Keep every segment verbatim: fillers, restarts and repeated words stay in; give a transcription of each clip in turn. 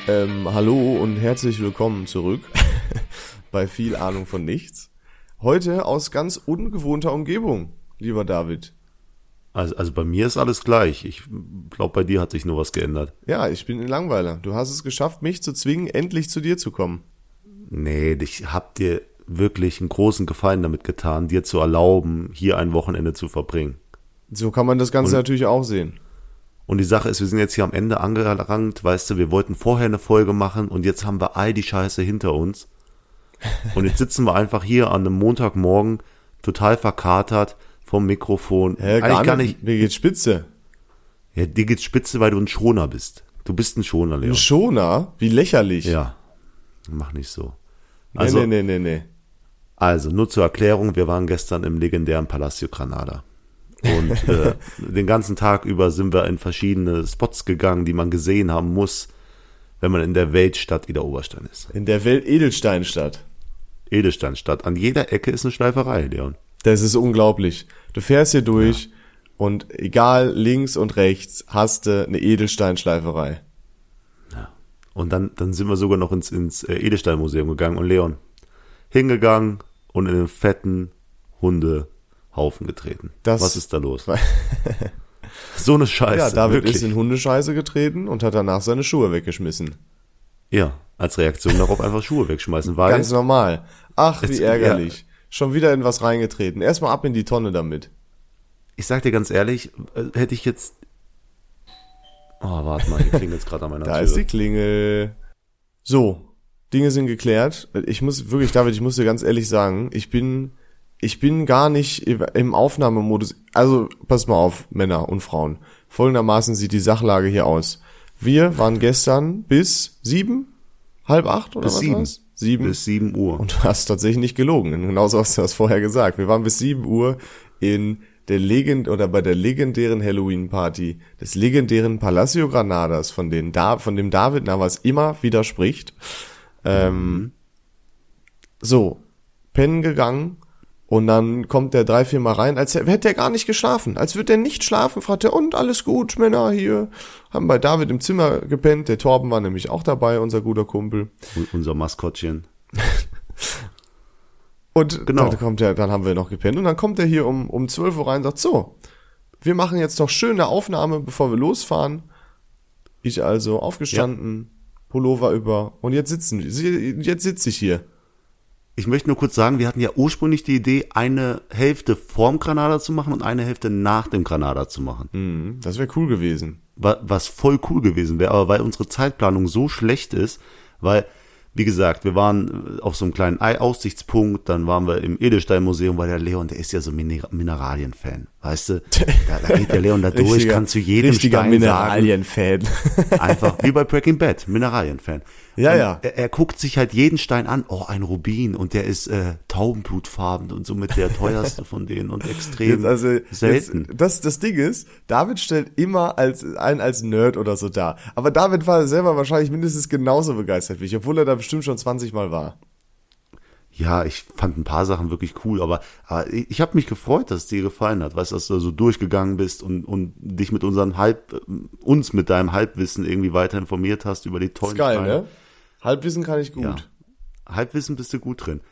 Ähm, hallo und herzlich willkommen zurück bei viel Ahnung von nichts. Heute aus ganz ungewohnter Umgebung, lieber David. Also, also bei mir ist alles gleich. Ich glaube, bei dir hat sich nur was geändert. Ja, ich bin in Langweiler. Du hast es geschafft, mich zu zwingen, endlich zu dir zu kommen. Nee, ich hab dir wirklich einen großen Gefallen damit getan, dir zu erlauben, hier ein Wochenende zu verbringen. So kann man das Ganze und, natürlich auch sehen. Und die Sache ist, wir sind jetzt hier am Ende angelangt, weißt du, wir wollten vorher eine Folge machen und jetzt haben wir all die Scheiße hinter uns. Und jetzt sitzen wir einfach hier an einem Montagmorgen total verkatert vom Mikrofon. Hä, gar, gar nicht. Mir geht's spitze. Ja, dir geht's spitze, weil du ein Schoner bist. Du bist ein Schoner, Leon. Ein Schoner? Wie lächerlich. Ja, mach nicht so. Also, nee, nee, nee, nee, nee. Also, nur zur Erklärung, wir waren gestern im legendären Palacio Granada. Und äh, den ganzen Tag über sind wir in verschiedene Spots gegangen, die man gesehen haben muss, wenn man in der Weltstadt Idar-Oberstein ist. In der Welt-Edelsteinstadt. Edelsteinstadt. An jeder Ecke ist eine Schleiferei, Leon. Das ist unglaublich. Du fährst hier durch ja. und egal links und rechts hast du eine Edelsteinschleiferei. Ja. Und dann, dann sind wir sogar noch ins, ins Edelsteinmuseum gegangen und Leon hingegangen und in einen fetten Hundehaufen getreten. Das Was ist da los? So eine Scheiße. Ja, David wirklich. ist in Hundescheiße getreten und hat danach seine Schuhe weggeschmissen. Ja, als Reaktion darauf einfach Schuhe wegschmeißen. Weil Ganz normal. Ach, wie ärgerlich. Ja. Schon wieder in was reingetreten. Erstmal ab in die Tonne damit. Ich sag dir ganz ehrlich, hätte ich jetzt... Oh, warte mal, hier klingelt es gerade an meiner da Tür. Da ist die Klingel. So, Dinge sind geklärt. Ich muss wirklich, David, ich muss dir ganz ehrlich sagen, ich bin... Ich bin gar nicht im Aufnahmemodus. Also, pass mal auf, Männer und Frauen. Folgendermaßen sieht die Sachlage hier aus. Wir waren gestern bis sieben, halb acht oder bis was sieben. war's? Sieben. Bis sieben Uhr. Und du hast tatsächlich nicht gelogen. Genauso hast du das vorher gesagt. Wir waren bis sieben Uhr in der Legend oder bei der legendären Halloween-Party des legendären Palacio Granadas, von den da von dem David Navas immer widerspricht. Ähm, so, pennen gegangen. Und dann kommt der drei, vier Mal rein, als hätte er gar nicht geschlafen. Als würde er nicht schlafen, fragt er, und alles gut, Männer, hier. Haben bei David im Zimmer gepennt. Der Torben war nämlich auch dabei, unser guter Kumpel. Und unser Maskottchen. Und genau. dann kommt er, dann haben wir noch gepennt. Und dann kommt er hier um, um zwölf Uhr rein und sagt, so, wir machen jetzt noch schön eine Aufnahme, bevor wir losfahren. Ich also aufgestanden, ja. Pullover über. Und jetzt sitzen wir, jetzt sitze ich hier. Ich möchte nur kurz sagen, wir hatten ja ursprünglich die Idee, eine Hälfte vorm Granada zu machen und eine Hälfte nach dem Granada zu machen. Mhm, das wäre cool gewesen. Was voll cool gewesen wäre, aber weil unsere Zeitplanung so schlecht ist, weil, wie gesagt, wir waren auf so einem kleinen Aussichtspunkt, dann waren wir im Edelsteinmuseum, weil der Leon, der ist ja so Miner- Mineralien-Fan, weißt du? Da, da geht der Leon da durch, richtiger, kann zu jedem Stein Mineralien-Fan. sagen. Einfach wie bei Breaking Bad, Mineralien-Fan. Ja, und ja. Er, er guckt sich halt jeden Stein an, oh, ein Rubin, und der ist äh, taubenblutfarben und somit der teuerste von denen und extrem jetzt also, selten. Jetzt, das, das Ding ist, David stellt immer als einen als Nerd oder so dar. Aber David war selber wahrscheinlich mindestens genauso begeistert wie ich, obwohl er da bestimmt schon zwanzig Mal war. Ja, ich fand ein paar Sachen wirklich cool, aber, aber ich, ich habe mich gefreut, dass es dir gefallen hat, weißt du, dass du so durchgegangen bist und, und dich mit unseren Halb, uns mit deinem Halbwissen irgendwie weiter informiert hast über die tollen ist geil, Steine. Ne? Halbwissen kann ich gut. Ja. Halbwissen bist du gut drin.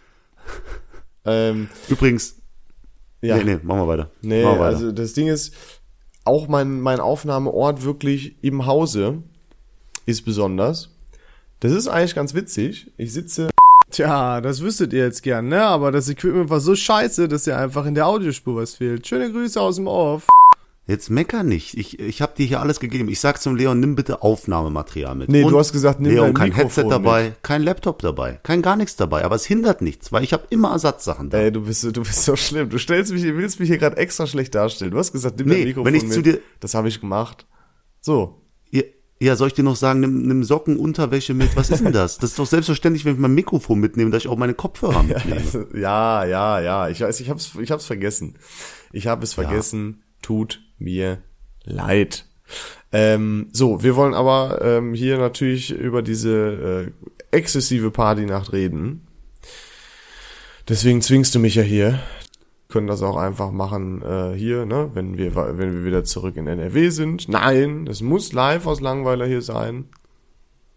Ähm, Übrigens, ja. nee, nee, machen wir weiter. Nee, machen wir weiter. Also das Ding ist, auch mein, mein Aufnahmeort wirklich im Hause ist besonders. Das ist eigentlich ganz witzig. Ich sitze... Tja, das wüsstet ihr jetzt gern, ne? Aber das Equipment war so scheiße, dass dir einfach in der Audiospur was fehlt. Schöne Grüße aus dem Off. Jetzt mecker nicht. Ich, ich habe dir hier alles gegeben. Ich sag zum Leon, nimm bitte Aufnahmematerial mit. Nee, und du hast gesagt, nimm Leon, dein kein Mikrofon Headset dabei, mit. Kein Laptop dabei, kein gar nichts dabei. Aber es hindert nichts, weil ich habe immer Ersatzsachen da. Ey, du bist, du bist so schlimm. Du stellst mich, du willst mich hier gerade extra schlecht darstellen. Du hast gesagt, nimm nee, dein Mikrofon wenn ich mit. Zu dir, das habe ich gemacht. So. Ja, ja, soll ich dir noch sagen, nimm, nimm Socken, Unterwäsche mit. Was ist denn das? Das ist doch selbstverständlich, wenn ich mein Mikrofon mitnehme, dass ich auch meine Kopfhörer mitnehme. Ja, ja, ja. Ich weiß, ich hab's, ich hab's vergessen. Ich habe es vergessen. Ja. Tut mir leid. Ähm, so, wir wollen aber ähm, hier natürlich über diese äh, exzessive Partynacht reden. Deswegen zwingst du mich ja hier. Können das auch einfach machen äh, hier, ne, wenn wir wenn wir wieder zurück in N R W sind. Nein, es muss live aus Langweiler hier sein.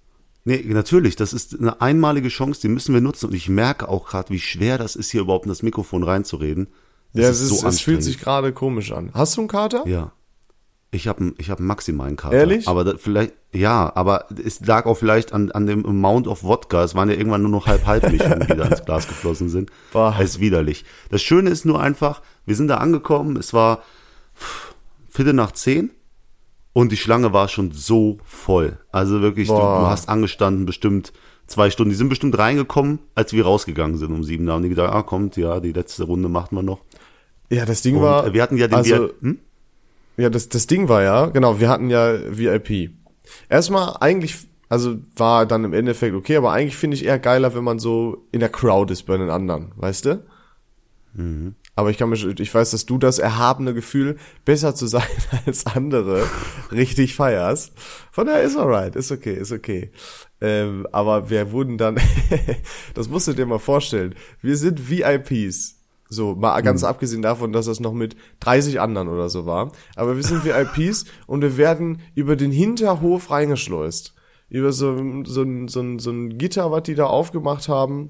Nee, natürlich, das ist eine einmalige Chance, die müssen wir nutzen. Und ich merke auch gerade, wie schwer das ist, hier überhaupt in das Mikrofon reinzureden. Das ja, ist es, ist, so es fühlt sich gerade komisch an. Hast du einen Kater? Ja. Ich habe ich hab einen maximalen Kater. Ehrlich? Aber da, vielleicht, ja, aber es lag auch vielleicht an, an dem Amount of Wodka. Es waren ja irgendwann nur noch halb-halb-Mischungen, die da ins Glas geflossen sind. Boah. Es ist widerlich. Das Schöne ist nur einfach, wir sind da angekommen, es war Viertel nach zehn und die Schlange war schon so voll. Also wirklich, du, du hast angestanden bestimmt zwei Stunden. Die sind bestimmt reingekommen, als wir rausgegangen sind um sieben. Da haben die gedacht, ah, kommt, ja, die letzte Runde macht man noch. Ja, das Ding und war... Wir hatten ja den... Also, wir, hm? Ja, das, das Ding war ja, genau, wir hatten ja V I P. Erstmal eigentlich, also war dann im Endeffekt okay, aber eigentlich finde ich eher geiler, wenn man so in der Crowd ist bei den anderen, weißt du? Mhm. Aber ich kann mich, ich weiß, dass du das erhabene Gefühl, besser zu sein als andere, richtig feierst. Von daher ist alright, ist okay, ist okay. Ähm, aber wir wurden dann, das musst du dir mal vorstellen, wir sind V I Ps. So, mal ganz mhm. abgesehen davon, dass das noch mit dreißig anderen oder so war. Aber wir sind V I Ps und wir werden über den Hinterhof reingeschleust. Über so, so, ein, so, ein, so ein Gitter, was die da aufgemacht haben.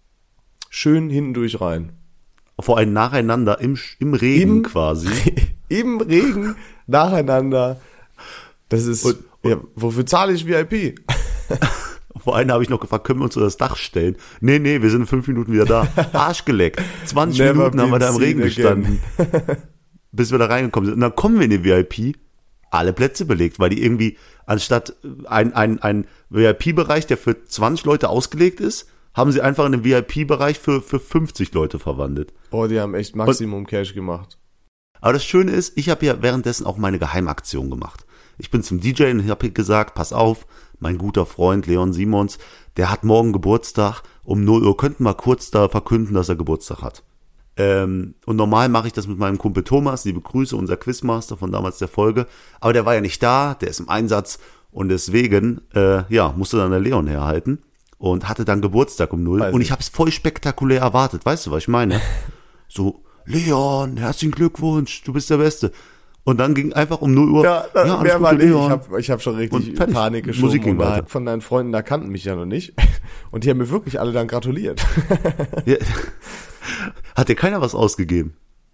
Schön hinten durch rein. Vor allem nacheinander im, im Regen Im, quasi. Im Regen nacheinander. Das ist, und, und, ja, wofür zahle ich V I P? Vor allem habe ich noch gefragt, können wir uns unter das Dach stellen? Nee, nee, wir sind in fünf Minuten wieder da. Arsch geleckt. zwanzig Never Minuten haben wir da im Regen gestanden. Bis wir da reingekommen sind. Und dann kommen wir in den V I P, alle Plätze belegt, weil die irgendwie, anstatt ein, ein, ein V I P-Bereich, der für zwanzig Leute ausgelegt ist, haben sie einfach in den V I P-Bereich für, für fünfzig Leute verwandelt. Boah, die haben echt Maximum Und, Cash gemacht. Aber das Schöne ist, ich habe ja währenddessen auch meine Geheimaktion gemacht. Ich bin zum D J und habe gesagt, pass auf, mein guter Freund Leon Simons, der hat morgen Geburtstag, um null Uhr könnten wir kurz da verkünden, dass er Geburtstag hat. Ähm, und normal mache ich das mit meinem Kumpel Thomas, liebe Grüße, unser Quizmaster von damals der Folge, aber der war ja nicht da, der ist im Einsatz und deswegen, äh, ja, musste dann der Leon herhalten und hatte dann Geburtstag um null. Weiß und ich habe es voll spektakulär erwartet, weißt du, was ich meine? So, Leon, herzlichen Glückwunsch, du bist der Beste. Und dann ging einfach um null Uhr. Ja, ja mehr war nicht. Ich habe ich hab schon richtig Panik geschoben. Musik ging weiter. Von deinen Freunden, da kannten mich ja noch nicht. Und die haben mir wirklich alle dann gratuliert. Ja. Hat dir keiner was ausgegeben?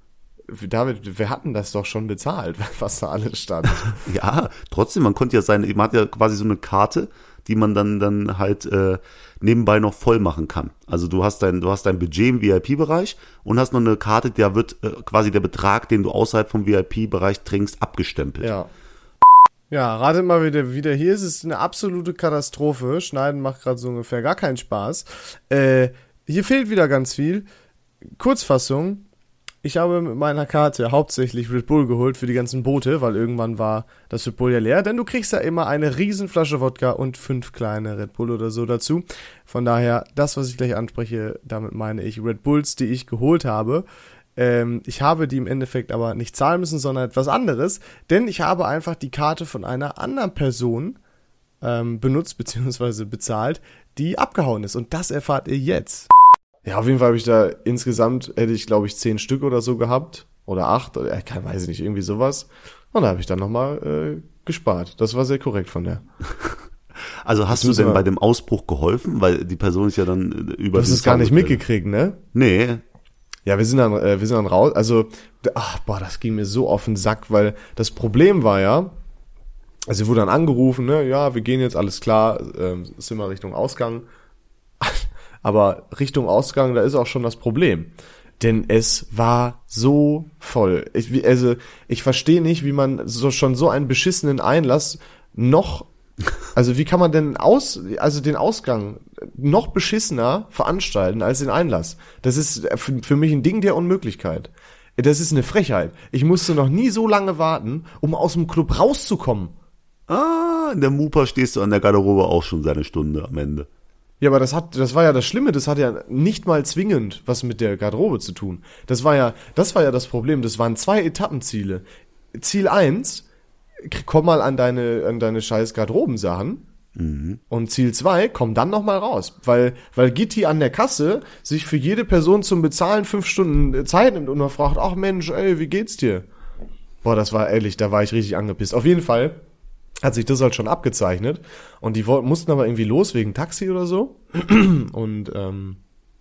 David, wir hatten das doch schon bezahlt, was da alles stand. Ja, trotzdem, man konnte ja seine, man hat ja quasi so eine Karte, die man dann dann halt äh, nebenbei noch voll machen kann. Also du hast dein du hast dein Budget im V I P-Bereich und hast noch eine Karte, der wird äh, quasi der Betrag, den du außerhalb vom V I P-Bereich trinkst, abgestempelt. Ja. Ja, ratet mal wieder, wieder hier ist es eine absolute Katastrophe. Schneiden macht gerade so ungefähr gar keinen Spaß. Äh, hier fehlt wieder ganz viel. Kurzfassung. Ich habe mit meiner Karte hauptsächlich Red Bull geholt für die ganzen Boote, weil irgendwann war das Red Bull ja leer, denn du kriegst ja immer eine Riesenflasche Wodka und fünf kleine Red Bull oder so dazu. Von daher, das, was ich gleich anspreche, damit meine ich Red Bulls, die ich geholt habe. Ähm, ich habe die im Endeffekt aber nicht zahlen müssen, sondern etwas anderes, denn ich habe einfach die Karte von einer anderen Person ähm, benutzt bzw. bezahlt, die abgehauen ist. Und das erfahrt ihr jetzt. Ja, auf jeden Fall habe ich da insgesamt, hätte ich glaube ich zehn Stück oder so gehabt. Oder acht, oder ich kann, weiß ich nicht, irgendwie sowas. Und da habe ich dann nochmal äh, gespart. Das war sehr korrekt von der. Also hast du denn bei dem Ausbruch geholfen? Weil die Person ist ja dann über... Du hast es gar nicht mitgekriegt, ne? Nee. Ja, wir sind dann, äh, wir sind dann raus. Also, ach, boah, das ging mir so auf den Sack, weil das Problem war ja, also wir wurden dann angerufen, ne, ja, wir gehen jetzt, alles klar, äh, sind wir Richtung Ausgang. Aber Richtung Ausgang, da ist auch schon das Problem. Denn es war so voll. Ich, also, ich verstehe nicht, wie man so schon so einen beschissenen Einlass noch, also wie kann man denn aus, also den Ausgang noch beschissener veranstalten als den Einlass? Das ist für, für mich ein Ding der Unmöglichkeit. Das ist eine Frechheit. Ich musste noch nie so lange warten, um aus dem Club rauszukommen. Ah, in der Mupa stehst du an der Garderobe auch schon seine Stunde am Ende. Ja, aber das hat, das war ja das Schlimme, das hat ja nicht mal zwingend was mit der Garderobe zu tun. Das war ja, das war ja das Problem, das waren zwei Etappenziele. Ziel eins, komm mal an deine, an deine scheiß Garderobensachen. Mhm. Und Ziel zwei, komm dann noch mal raus. Weil, weil Gitti an der Kasse sich für jede Person zum Bezahlen fünf Stunden Zeit nimmt und man fragt, ach Mensch, ey, wie geht's dir? Boah, das war ehrlich, da war ich richtig angepisst. Auf jeden Fall hat sich das halt schon abgezeichnet. Und die wollten, mussten aber irgendwie los wegen Taxi oder so. Und ähm,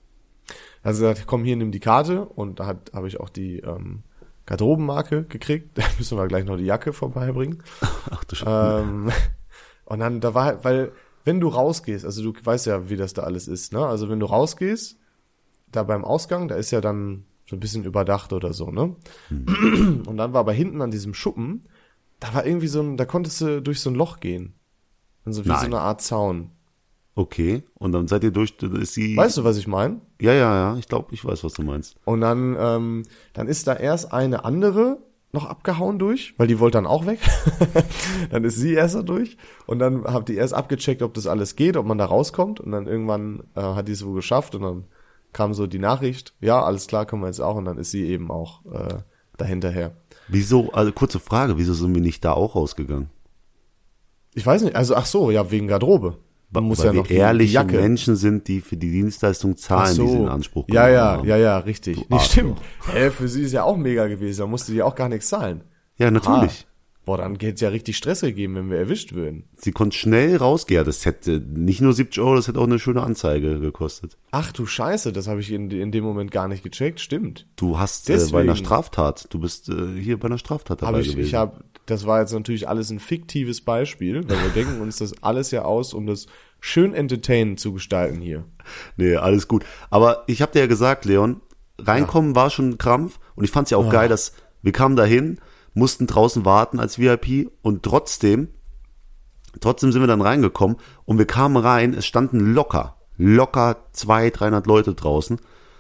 also gesagt, komm hier, nimm die Karte. Und da hat habe ich auch die ähm, Garderobenmarke gekriegt. Da müssen wir gleich noch die Jacke vorbeibringen. Ach du Scheiße. Ähm, und dann, da war halt, weil, wenn du rausgehst, also du weißt ja, wie das da alles ist, ne? Also wenn du rausgehst, da beim Ausgang, da ist ja dann so ein bisschen überdacht oder so, ne? Hm. Und dann war aber hinten an diesem Schuppen, da war irgendwie so ein, da konntest du durch so ein Loch gehen. Also wie Nein. so eine Art Zaun. Okay, und dann seid ihr durch, dann ist sie... Weißt du, was ich meine? Ja, ja, ja, ich glaube, ich weiß, was du meinst. Und dann, ähm, dann ist da erst eine andere noch abgehauen durch, weil die wollte dann auch weg. Dann ist sie erst da durch und dann habt ihr erst abgecheckt, ob das alles geht, ob man da rauskommt und dann irgendwann äh, hat die es wohl geschafft und dann kam so die Nachricht, ja, alles klar, können wir jetzt auch und dann ist sie eben auch äh, dahinterher. Wieso, also kurze Frage, wieso sind wir nicht da auch rausgegangen? Ich weiß nicht, also ach so, ja, wegen Garderobe. Man muss Weil ja wir noch die, ehrliche die Jacke. Menschen sind, die für die Dienstleistung Ach zahlen, so. die sie in Anspruch Ja, ja, haben. ja, ja, richtig. Du Nee, Arschloch. stimmt. Hä, für sie ist ja auch mega gewesen, da musste die auch gar nichts zahlen. Ja, natürlich. Ah. Boah, dann hätte es ja richtig Stress gegeben, wenn wir erwischt würden. Sie konnte schnell rausgehen. Ja, das hätte nicht nur siebzig Euro, das hätte auch eine schöne Anzeige gekostet. Ach du Scheiße, das habe ich in, in dem Moment gar nicht gecheckt, stimmt. Du hast äh, Deswegen. bei einer Straftat, du bist äh, hier bei einer Straftat dabei Hab ich, gewesen. ich habe, das war jetzt natürlich alles ein fiktives Beispiel, weil wir denken uns das alles ja aus, um das schön entertainend zu gestalten hier. Nee, alles gut. Aber ich habe dir ja gesagt, Leon, reinkommen war schon ein Krampf und ich fand's ja auch Oh. geil, dass wir kamen dahin, mussten draußen warten als V I P und trotzdem, trotzdem sind wir dann reingekommen und wir kamen rein, es standen locker, locker zweihundert, dreihundert Leute draußen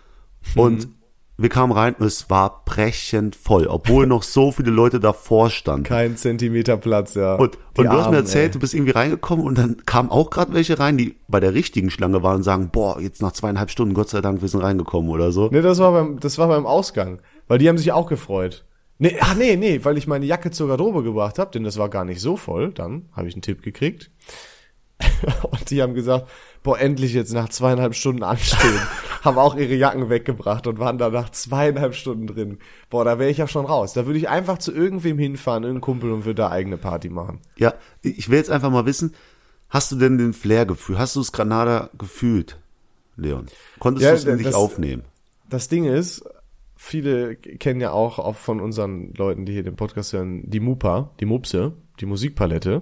und wir kamen rein und es war brechend voll, obwohl noch so viele Leute davor standen. Kein Zentimeter Platz, ja. Und, Die und du hast mir Armen, erzählt, ey. du bist irgendwie reingekommen und dann kamen auch gerade welche rein, die bei der richtigen Schlange waren und sagen, boah, jetzt nach zweieinhalb Stunden, Gott sei Dank, wir sind reingekommen oder so. Nee, das war beim, das war beim Ausgang, weil die haben sich auch gefreut. Nee, ach nee, nee, weil ich meine Jacke zur Garderobe gebracht habe, denn das war gar nicht so voll, dann habe ich einen Tipp gekriegt. Und die haben gesagt, boah, endlich jetzt nach zweieinhalb Stunden anstehen. Haben auch ihre Jacken weggebracht und waren da nach zweieinhalb Stunden drin. Boah, da wäre ich ja schon raus. Da würde ich einfach zu irgendwem hinfahren, irgendein Kumpel und würde da eigene Party machen. Ja, ich will jetzt einfach mal wissen, hast du denn den Flair gefühlt? Hast du das Granada gefühlt, Leon? Konntest Ja, du es in dich das- aufnehmen? Das Ding ist, viele kennen ja auch, auch von unseren Leuten, die hier den Podcast hören, die Mupa, die Mupse, die Musikpalette.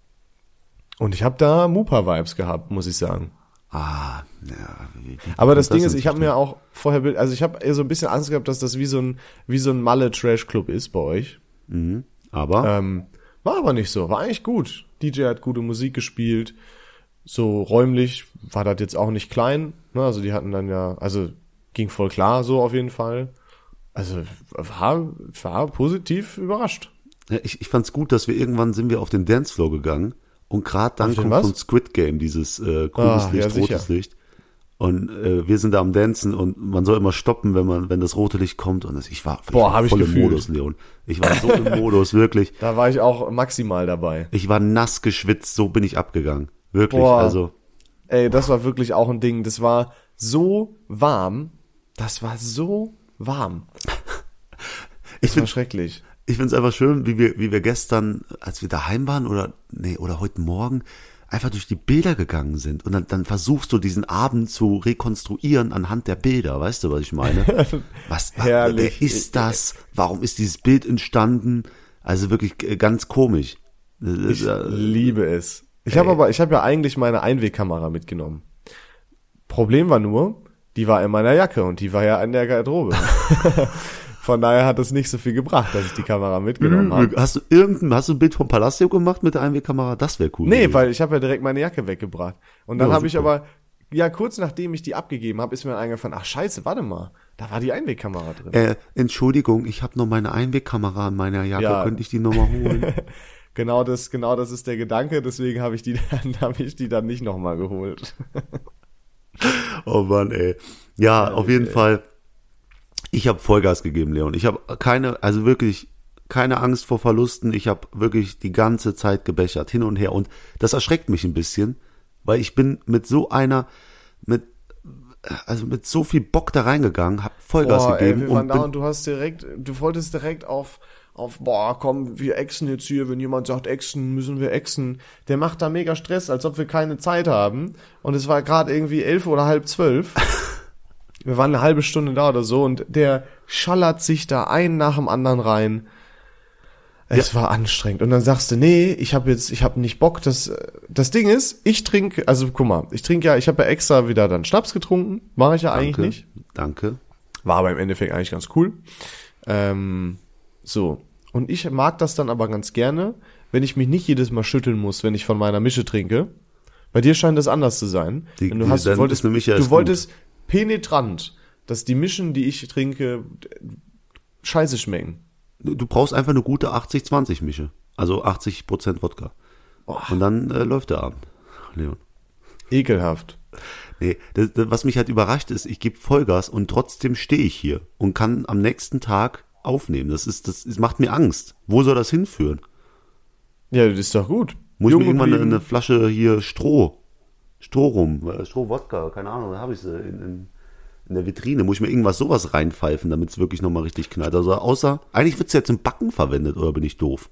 Und ich habe da Mupa-Vibes gehabt, muss ich sagen. Ah, ja. Wie, wie Aber das kommt Ding ist, denn ich habe zustande? mir auch vorher, Bild- also ich habe eher so ein bisschen Angst gehabt, dass das wie so ein wie so ein Malle-Trash-Club ist bei euch. Mhm. Aber, Ähm, war aber nicht so, war eigentlich gut. D J hat gute Musik gespielt, so räumlich war das jetzt auch nicht klein. Ne? Also die hatten dann ja, also ging voll klar so auf jeden Fall. Also war, war positiv überrascht. ja, ich, ich fand's gut, dass wir irgendwann sind wir auf den Dancefloor gegangen und gerade dann Auf den kommt was? von Squid Game dieses äh, grünes Ah, Licht, ja, sicher. rotes Licht. Und äh, wir sind da am Dancen und man soll immer stoppen, wenn man, wenn das rote Licht kommt. Und das, ich war, ich Boah, war hab ich voll im gefühlt. Modus, Leon. Ich war so im Modus, wirklich. Da war ich auch maximal dabei. Ich war nass geschwitzt, so bin ich abgegangen. Wirklich, Boah. also. Ey, das war wirklich auch ein Ding. Das war so warm. Das war so warm. Ich Das war finde schrecklich. ich find's einfach schön, wie wir, wie wir gestern, als wir daheim waren oder, nee, oder heute Morgen, einfach durch die Bilder gegangen sind. Und dann, dann versuchst du diesen Abend zu rekonstruieren anhand der Bilder. Weißt du, was ich meine? Was, wa- Herrlich. wer ist das? Warum ist dieses Bild entstanden? Also wirklich äh, ganz komisch. Äh, Ich äh, liebe es. Ich habe aber, ich habe ja eigentlich meine Einwegkamera mitgenommen. Problem war nur, die war in meiner Jacke und die war ja in der Garderobe. Von daher hat es nicht so viel gebracht, dass ich die Kamera mitgenommen habe. Hast du irgendein, hast du ein Bild vom Palacio gemacht mit der Einwegkamera? Das wäre cool. Nee, gewesen. weil ich habe ja direkt meine Jacke weggebracht. Und dann Ja, habe ich super. aber, ja, kurz nachdem ich die abgegeben habe, ist mir dann eingefallen, ach scheiße, warte mal, da war die Einwegkamera drin. Äh, Entschuldigung, ich habe noch meine Einwegkamera in meiner Jacke. Ja. Könnte ich die nochmal holen? Genau das, genau das ist der Gedanke, deswegen habe ich die dann, habe ich die dann nicht nochmal geholt. Oh Mann, ey. Ja, Herrlich, auf jeden ey. Fall. Ich habe Vollgas gegeben, Leon. Ich habe keine, also wirklich keine Angst vor Verlusten. Ich habe wirklich die ganze Zeit gebechert, hin und her. Und das erschreckt mich ein bisschen, weil ich bin mit so einer, mit, also mit so viel Bock da reingegangen, habe Vollgas Boah, ey, gegeben wir waren und da bin, und du hast direkt, du wolltest direkt auf, auf, boah, komm, wir exen jetzt hier, wenn jemand sagt exen, müssen wir exen. Der macht da mega Stress, als ob wir keine Zeit haben. Und es war gerade irgendwie elf oder halb zwölf. Wir waren eine halbe Stunde da oder so und der schallert sich da einen nach dem anderen rein. Es ja. war anstrengend. Und dann sagst du, nee, ich habe jetzt, ich habe nicht Bock. Das, das Ding ist, ich trinke, also guck mal, ich trinke ja, ich habe ja extra wieder dann Schnaps getrunken. Mache ich ja Danke, eigentlich nicht. Danke. War aber im Endeffekt eigentlich ganz cool. Ähm, so. Und ich mag das dann aber ganz gerne, wenn ich mich nicht jedes Mal schütteln muss, wenn ich von meiner Mische trinke. Bei dir scheint das anders zu sein. Die, du hast, die, du wolltest, du du wolltest penetrant, dass die Mischen, die ich trinke, scheiße schmecken. Du brauchst einfach eine gute achtzig zwanzig Mische. Also achtzig Prozent Wodka. Oh. Und dann äh, läuft der Abend, Leon. Ekelhaft. Nee, das, das, was mich halt überrascht ist, ich gebe Vollgas und trotzdem stehe ich hier und kann am nächsten Tag aufnehmen. Das ist, das, das macht mir Angst. Wo soll das hinführen? Ja, das ist doch gut. Muss ich mir irgendwann eine, eine Flasche hier Stroh, Stroh rum, Stroh-Wodka, keine Ahnung, da habe ich sie in, in, in der Vitrine. Muss ich mir irgendwas sowas reinpfeifen, damit es wirklich nochmal richtig knallt. Also außer, eigentlich wird es ja zum Backen verwendet, oder bin ich doof?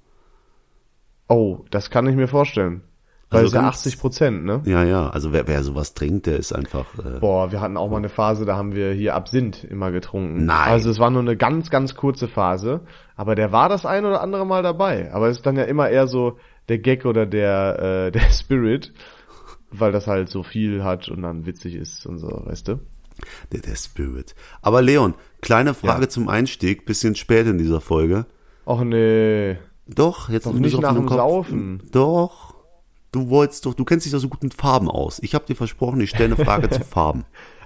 Oh, das kann ich mir vorstellen. Weil Also es ja ganz- achtzig Prozent, ne? Ja, ja, also wer, wer sowas trinkt, der ist einfach, äh, Boah, wir hatten auch mal eine Phase, da haben wir hier Absinth immer getrunken. Nein. Also es war nur eine ganz, ganz kurze Phase, aber der war das ein oder andere Mal dabei. Aber es ist dann ja immer eher so der Gag oder der, äh, der Spirit, weil das halt so viel hat und dann witzig ist und so, weißt du? der, der Spirit. Aber Leon, kleine Frage Ja. zum Einstieg, bisschen spät in dieser Folge. Och nee, Doch, jetzt doch ein nicht bisschen nach auf den dem Kopf. Saufen. Doch. Du wolltest doch, du kennst dich doch so gut mit Farben aus. Ich habe dir versprochen, ich stelle eine Frage zu Farben.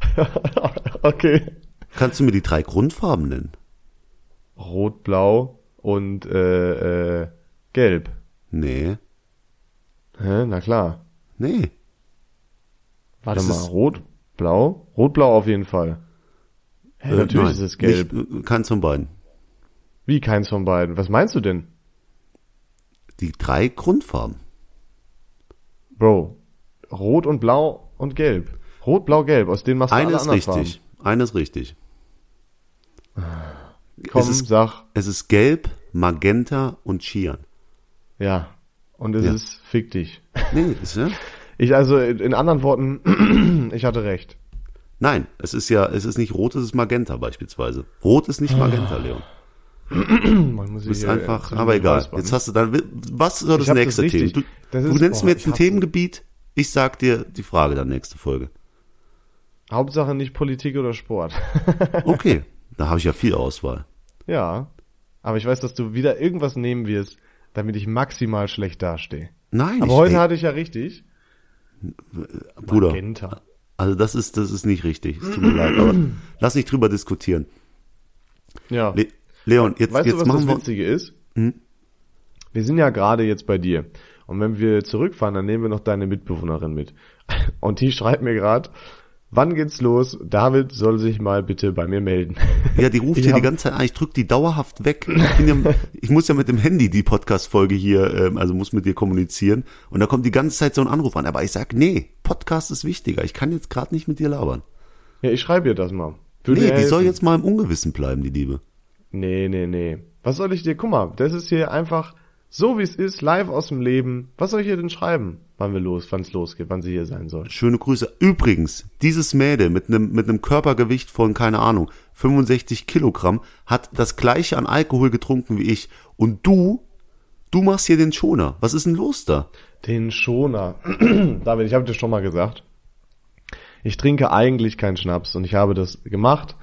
Okay. Kannst du mir die drei Grundfarben nennen? Rot, Blau und äh, äh, Gelb. Nee. Hä? Na klar. Nee. Warte Es mal, ist- Rot, Blau? Rot, Blau auf jeden Fall. Hä, Äh, natürlich nein, ist es gelb. Nicht, äh, keins von beiden. Wie keins von beiden? Was meinst du denn? Die drei Grundfarben. Bro, Rot und Blau und Gelb. Rot, Blau, Gelb. Aus denen machst du Eine alle ist anderen richtig. Eine ist richtig. Farben. Komm, es ist- sag. Es ist Gelb, Magenta und Cyan. Ja. Und es Ja. ist fick dich. Nee, ist ja? Ich, also, in in anderen Worten, ich hatte recht. Nein, es ist ja, es ist nicht Rot, es ist Magenta beispielsweise. Rot ist nicht Magenta, Leon. Man muss Du bist hier einfach, zwischendurch aber egal. räuspern. Jetzt hast du dann, was soll das Ich hab das nächste richtig. Thema? Du, Das du ist- nennst boah, mir jetzt ich ein hasse- Themengebiet, ich sag dir die Frage dann nächste Folge. Hauptsache nicht Politik oder Sport. Okay, da habe ich ja viel Auswahl. Ja. Aber ich weiß, dass du wieder irgendwas nehmen wirst, damit ich maximal schlecht dastehe. Nein, Aber ich, heute ey, hatte ich ja richtig. Bruder, Magenta. also das ist, das ist nicht richtig. Es tut mir leid, aber lass nicht drüber diskutieren. Ja. Le Leon, jetzt, Weißt jetzt du, was machen das wir. Witzige ist? Hm? Wir sind ja gerade jetzt bei dir. Und wenn wir zurückfahren, dann nehmen wir noch deine Mitbewohnerin mit. Und die schreibt mir gerade, wann geht's los? David soll sich mal bitte bei mir melden. Ja, die ruft Ich hier die hab- ganze Zeit an, ich drück die dauerhaft weg. Ich, bin ja, ich muss ja mit dem Handy die Podcast-Folge hier, ähm, also muss mit dir kommunizieren. Und da kommt die ganze Zeit so ein Anruf an. Aber ich sag, nee, Podcast ist wichtiger. Ich kann jetzt gerade nicht mit dir labern. Ja, ich schreibe ihr das mal. Würde Nee, ihr die soll helfen. jetzt mal im Ungewissen bleiben, die Liebe. Nee, nee, nee. Was soll ich dir, guck mal, das ist hier einfach so, wie es ist, live aus dem Leben. Was soll ich ihr denn schreiben, wann wir los, wann es losgeht, wann sie hier sein soll? Schöne Grüße. Übrigens, dieses Mädel mit einem mit einem Körpergewicht von, keine Ahnung, fünfundsechzig Kilogramm hat das gleiche an Alkohol getrunken wie ich. Und du, du machst hier den Schoner. Was ist denn los da? Den Schoner. David, ich habe dir schon mal gesagt, ich trinke eigentlich keinen Schnaps und ich habe das gemacht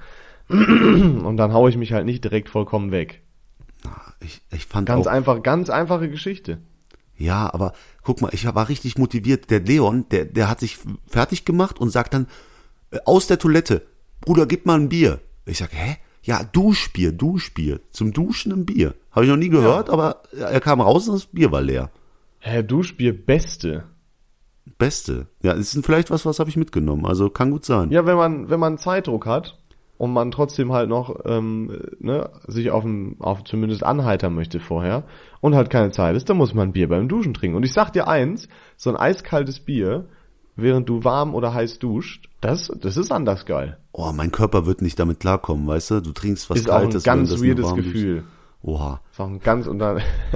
und dann haue ich mich halt nicht direkt vollkommen weg. Ich, ich fand Ganz auch, einfach, ganz einfache Geschichte. ja, aber guck mal, ich war richtig motiviert. Der Leon, der, der hat sich fertig gemacht und sagt dann äh, aus der Toilette, Bruder, gib mal ein Bier. Ich sag, hä? Ja, Duschbier, Duschbier. Zum Duschen ein Bier. Habe ich noch nie gehört, aber er kam raus und das Bier war leer. Hä, Duschbier, Beste. Beste. Ja, das ist vielleicht was, was habe ich mitgenommen. Also kann gut sein. Ja, wenn man, wenn man Zeitdruck hat und man trotzdem halt noch, ähm, ne, sich auf dem, auf zumindest anheitern möchte vorher und halt keine Zeit ist, dann muss man Bier beim Duschen trinken. Und ich sag dir eins, so ein eiskaltes Bier, während du warm oder heiß duscht, das, das ist anders geil. Oh, mein Körper wird nicht damit klarkommen, weißt du? Du trinkst was Ist auch ein Kaltes. ganz währenddessen du weirdes warm bist. Gefühl. Oha. Das war auch ein ganz unter...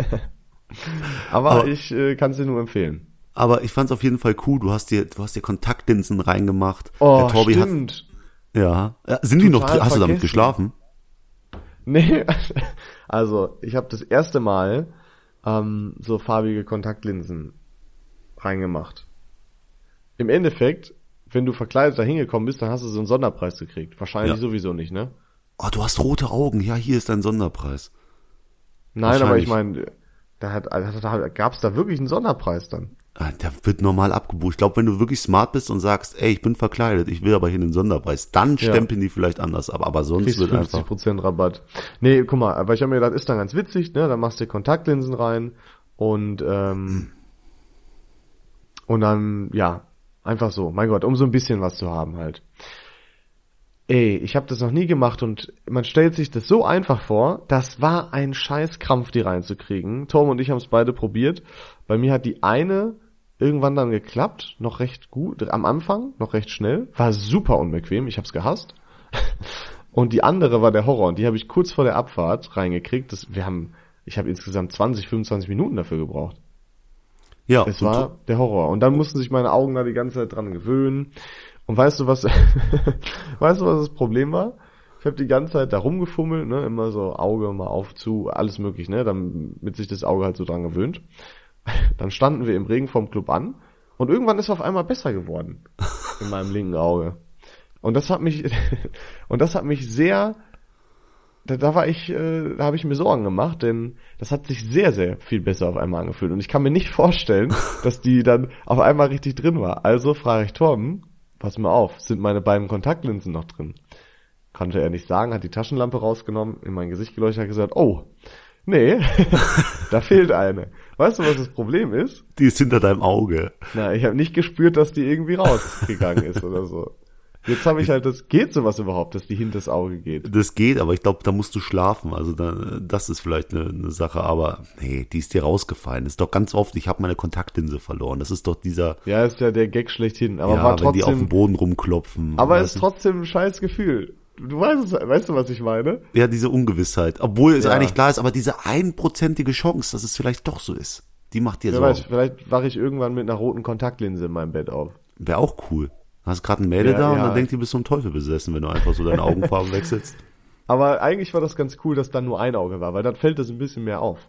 aber, aber ich äh, kann es dir nur empfehlen. Aber ich fand es auf jeden Fall cool. Du hast dir, du hast dir Kontaktlinsen reingemacht. Oh, der Torbi stimmt. Hat, ja. ja. Sind die noch drin? Hast du damit geschlafen? Nee, also ich habe das erste Mal ähm, so farbige Kontaktlinsen reingemacht. Im Endeffekt, wenn du verkleidet da hingekommen bist, dann hast du so einen Sonderpreis gekriegt. Wahrscheinlich ja. sowieso nicht, ne? Oh, du hast rote Augen. Ja, hier ist dein Sonderpreis. Nein, aber ich meine, da, hat, da gab es da wirklich einen Sonderpreis dann. Der wird normal abgebucht. Ich glaube, wenn du wirklich smart bist und sagst, ey, ich bin verkleidet, ich will aber hier einen Sonderpreis, dann stempeln ja. die vielleicht anders ab, aber sonst Kriegst wird fünfzig Prozent einfach Rabatt. Nee, guck mal, aber ich habe mir gedacht, ist dann ganz witzig, ne? Dann machst du Kontaktlinsen rein und ähm, und dann, ja, einfach so, mein Gott, um so ein bisschen was zu haben halt. Ey, ich habe das noch nie gemacht und man stellt sich das so einfach vor, das war ein scheiß Krampf, die reinzukriegen. Tom und ich haben es beide probiert. Bei mir hat die eine irgendwann dann geklappt, noch recht gut, am Anfang, noch recht schnell, war super unbequem, ich hab's gehasst. Und die andere war der Horror und die habe ich kurz vor der Abfahrt reingekriegt. Das, wir haben, ich habe insgesamt zwanzig, fünfundzwanzig Minuten dafür gebraucht. Ja. Es war der Horror. Und dann mussten sich meine Augen da die ganze Zeit dran gewöhnen. Und weißt du was, weißt du was das Problem war? Ich habe die ganze Zeit da rumgefummelt, ne, immer so Auge mal auf, zu, alles möglich, ne, damit sich das Auge halt so dran gewöhnt. Dann standen wir im Regen vorm Club an und irgendwann ist es auf einmal besser geworden in meinem linken Auge. Und das hat mich und das hat mich sehr da, da war ich äh, da habe ich mir Sorgen gemacht, denn das hat sich sehr sehr viel besser auf einmal angefühlt und ich kann mir nicht vorstellen, dass die dann auf einmal richtig drin war. Also frage ich Torben, pass mal auf, sind meine beiden Kontaktlinsen noch drin? Konnte er nicht sagen, hat die Taschenlampe rausgenommen, in mein Gesicht geleuchtet, hat gesagt, oh, nee, da fehlt eine. Weißt du, was das Problem ist? Die ist hinter deinem Auge. Na, ich habe nicht gespürt, dass die irgendwie rausgegangen ist oder so. Jetzt habe ich halt, das geht sowas überhaupt, dass die hinter das Auge geht? Das geht, aber ich glaube, da musst du schlafen. Also da, das ist vielleicht eine, eine Sache, aber nee, die ist dir rausgefallen. Das ist doch ganz oft, ich habe meine Kontaktlinse verloren. Das ist doch dieser... Ja, ist ja der Gag schlechthin. Aber ja, war wenn trotzdem, die auf dem Boden rumklopfen. Aber es ist trotzdem ein scheiß Gefühl. Du weißt, weißt du, was ich meine? Ja, diese Ungewissheit. Obwohl es ja. eigentlich klar ist, aber diese einprozentige Chance, dass es vielleicht doch so ist, die macht dir Wer Sorgen. weiß, vielleicht wache ich irgendwann mit einer roten Kontaktlinse in meinem Bett auf. Wäre auch cool. Du hast gerade ein Mädel ja, da und ja. dann denkt, du bist zum Teufel besessen, wenn du einfach so deine Augenfarbe wechselst. Aber eigentlich war das ganz cool, dass dann nur ein Auge war, weil dann fällt das ein bisschen mehr auf.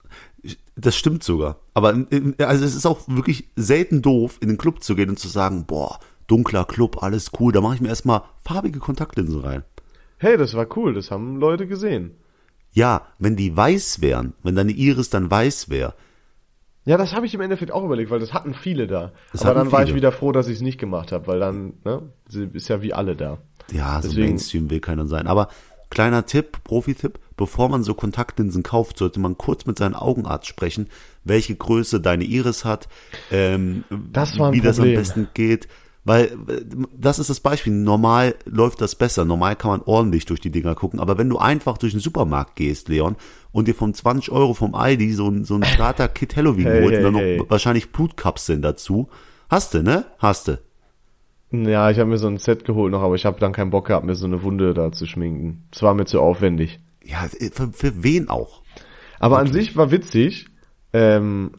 Das stimmt sogar. Aber also es ist auch wirklich selten doof, in den Club zu gehen und zu sagen, boah, dunkler Club, alles cool, da mache ich mir erstmal farbige Kontaktlinsen rein. Hey, das war cool, das haben Leute gesehen. Ja, wenn die weiß wären, wenn deine Iris dann weiß wäre. Ja, das habe ich im Endeffekt auch überlegt, weil das hatten viele da. Das Aber dann viele. war ich wieder froh, dass ich es nicht gemacht habe, weil dann, ne, sie ist ja wie alle da. Ja, so Deswegen, Mainstream will keiner sein. Aber kleiner Tipp, Profi-Tipp, bevor man so Kontaktlinsen kauft, sollte man kurz mit seinem Augenarzt sprechen, welche Größe deine Iris hat, ähm, das war ein wie das am Problem. besten geht. Weil das ist das Beispiel, normal läuft das besser, normal kann man ordentlich durch die Dinger gucken, aber wenn du einfach durch den Supermarkt gehst, Leon, und dir vom zwanzig Euro vom Aldi so ein, so ein Starter-Kit Halloween hey, holt hey, und dann hey. noch wahrscheinlich Blutkapseln dazu, hast du, ne? Hast du. Ja, ich habe mir so ein Set geholt noch, aber ich habe dann keinen Bock gehabt, mir so eine Wunde da zu schminken. Das war mir zu aufwendig. Ja, für, für wen auch? Aber okay. An sich war witzig, ähm,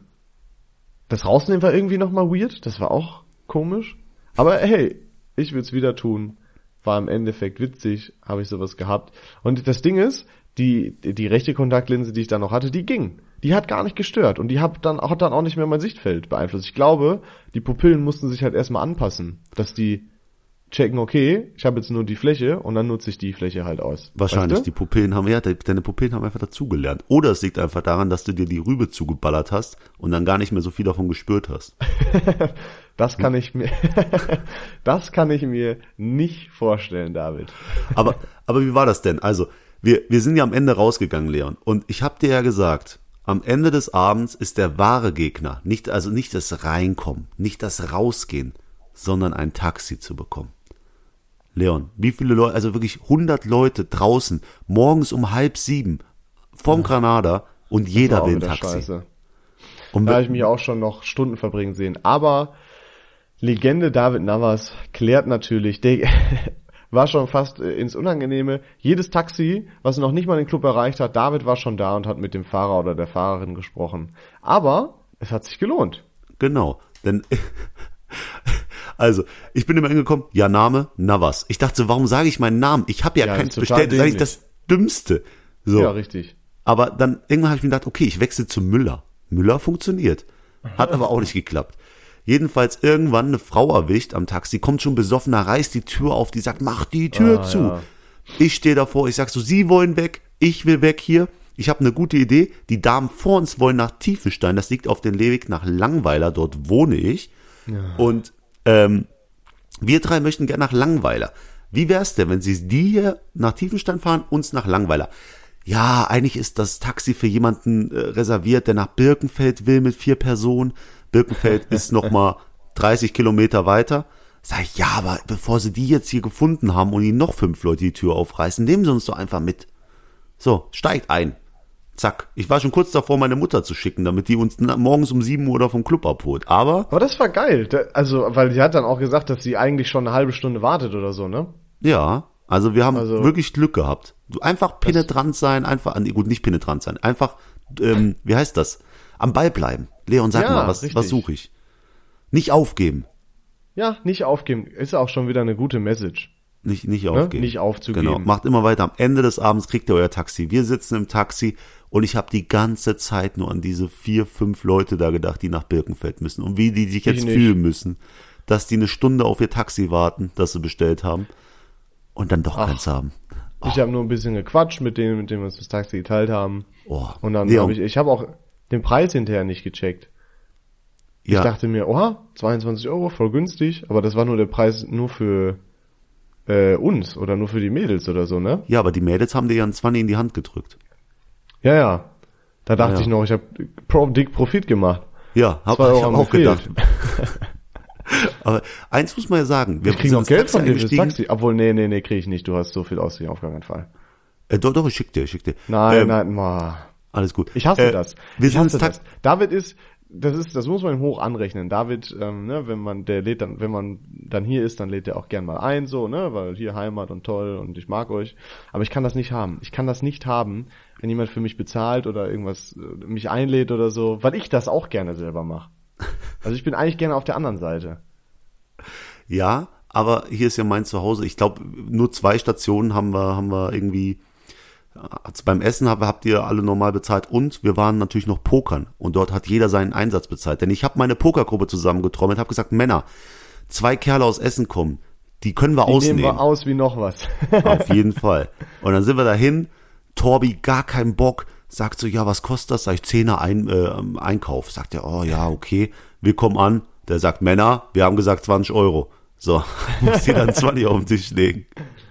das Rausnehmen war irgendwie nochmal weird, das war auch komisch. Aber hey, ich will's wieder tun. War im Endeffekt witzig, habe ich sowas gehabt. Und das Ding ist, die die rechte Kontaktlinse, die ich dann noch hatte, die ging. Die hat gar nicht gestört und die hat dann hat dann auch nicht mehr mein Sichtfeld beeinflusst. Ich glaube, die Pupillen mussten sich halt erstmal anpassen, dass die checken, okay, ich habe jetzt nur die Fläche und dann nutze ich die Fläche halt aus. Wahrscheinlich, weißt du? Die Pupillen haben ja, deine Pupillen haben einfach dazugelernt. Oder es liegt einfach daran, dass du dir die Rübe zugeballert hast und dann gar nicht mehr so viel davon gespürt hast. Das kann ich mir, das kann ich mir nicht vorstellen, David. Aber, aber wie war das denn? Also, wir, wir sind ja am Ende rausgegangen, Leon. Und ich habe dir ja gesagt, am Ende des Abends ist der wahre Gegner, nicht, also nicht das Reinkommen, nicht das Rausgehen, sondern ein Taxi zu bekommen. Leon, wie viele Leute, also wirklich hundert Leute draußen, morgens um halb sieben, vom ja. Granada und jeder will ein Taxi. Scheiße. Und da habe ich mich auch schon noch Stunden verbringen sehen. Aber Legende David Navas klärt natürlich, der, war schon fast äh, ins Unangenehme. Jedes Taxi, was noch nicht mal den Club erreicht hat, David war schon da und hat mit dem Fahrer oder der Fahrerin gesprochen. Aber es hat sich gelohnt. Genau, denn also, ich bin immer hingekommen, ja, Name, na was. Ich dachte so, warum sage ich meinen Namen? Ich habe ja, ja keins bestellt, das ist eigentlich das Dümmste. So. Ja, richtig. Aber dann, irgendwann habe ich mir gedacht, okay, ich wechsle zu Müller. Müller funktioniert. Hat aber auch nicht geklappt. Jedenfalls irgendwann eine Frau erwischt am Taxi, kommt schon besoffen, da reißt die Tür auf, die sagt, mach die Tür ah, zu. Ja. Ich stehe davor, ich sag so, Sie wollen weg, ich will weg hier. Ich habe eine gute Idee, die Damen vor uns wollen nach Tiefenstein, das liegt auf dem Weg nach Langweiler, dort wohne ich. Ja. Und ähm, wir drei möchten gerne nach Langweiler. Wie wär's denn, wenn Sie die hier nach Tiefenstein fahren, uns nach Langweiler? Ja, eigentlich ist das Taxi für jemanden äh, reserviert, der nach Birkenfeld will mit vier Personen. Birkenfeld ist nochmal dreißig Kilometer weiter. Sag ich, ja, aber bevor Sie die jetzt hier gefunden haben und Ihnen noch fünf Leute die Tür aufreißen, nehmen Sie uns doch einfach mit. So, steigt ein. Zack. Ich war schon kurz davor, meine Mutter zu schicken, damit die uns morgens um sieben Uhr vom Club abholt. Aber... Aber das war geil. Also, weil sie hat dann auch gesagt, dass sie eigentlich schon eine halbe Stunde wartet oder so, ne? Ja, also wir haben also, wirklich Glück gehabt. Du einfach penetrant sein, einfach, gut, nicht penetrant sein, einfach, ähm, wie heißt das? Am Ball bleiben. Leon, sag ja, mal, was, was suche ich? Nicht aufgeben. Ja, nicht aufgeben. Ist auch schon wieder eine gute Message. Nicht, nicht aufgeben. Ne? Nicht aufzugeben. Genau. Macht immer weiter. Am Ende des Abends kriegt ihr euer Taxi. Wir sitzen im Taxi und ich habe die ganze Zeit nur an diese vier, fünf Leute da gedacht, die nach Birkenfeld müssen und wie die sich jetzt fühlen müssen, dass die eine Stunde auf ihr Taxi warten, das sie bestellt haben und dann doch Ach, keins haben. Oh. Ich habe nur ein bisschen gequatscht mit denen, mit denen wir uns das Taxi geteilt haben. Oh. Und dann habe ich, ich habe auch den Preis hinterher nicht gecheckt. Ich ja. dachte mir, oha, zweiundzwanzig Euro, voll günstig, aber das war nur der Preis nur für äh, uns oder nur für die Mädels oder so, ne? Ja, aber die Mädels haben dir ja einen zwanzig in die Hand gedrückt. Ja, ja. Da dachte ja, ja. ich noch, ich habe Pro dick Profit gemacht. Ja, hab, ich habe auch gedacht. Aber eins muss man ja sagen, wir kriegen auch Geld von dir fürs Taxi. Obwohl, nee, nee, nee, kriege ich nicht. Du hast so viel ausgegeben, auf keinen Fall. Äh, doch, doch, ich schick dir, ich schick dir. Nein, ähm, nein, ma. Alles gut. Ich hasse äh, das. Wir ich sind hasse das. David ist, das ist, das muss man hoch anrechnen. David, ähm, ne, wenn man, der lädt dann, wenn man dann hier ist, dann lädt er auch gern mal ein, so, ne, weil hier Heimat und toll und ich mag euch. Aber ich kann das nicht haben. Ich kann das nicht haben, wenn jemand für mich bezahlt oder irgendwas äh, mich einlädt oder so, weil ich das auch gerne selber mache. Also ich bin eigentlich gerne auf der anderen Seite. Ja, aber hier ist ja mein Zuhause. Ich glaube, nur zwei Stationen haben wir, haben wir irgendwie. Also beim Essen hab, habt ihr alle normal bezahlt und wir waren natürlich noch pokern und dort hat jeder seinen Einsatz bezahlt. Denn ich habe meine Pokergruppe zusammengetrommelt, habe gesagt, Männer, zwei Kerle aus Essen kommen, die können wir die ausnehmen. Nehmen wir aus wie noch was. Auf jeden Fall. Und dann sind wir dahin, Torbi, gar keinen Bock, sagt so, ja, was kostet das? Sag ich, Zehner ein, äh, Einkauf. Sagt er, oh ja, okay, wir kommen an. Der sagt, Männer, wir haben gesagt zwanzig Euro. So, muss die dann zwanzig auf den Tisch legen.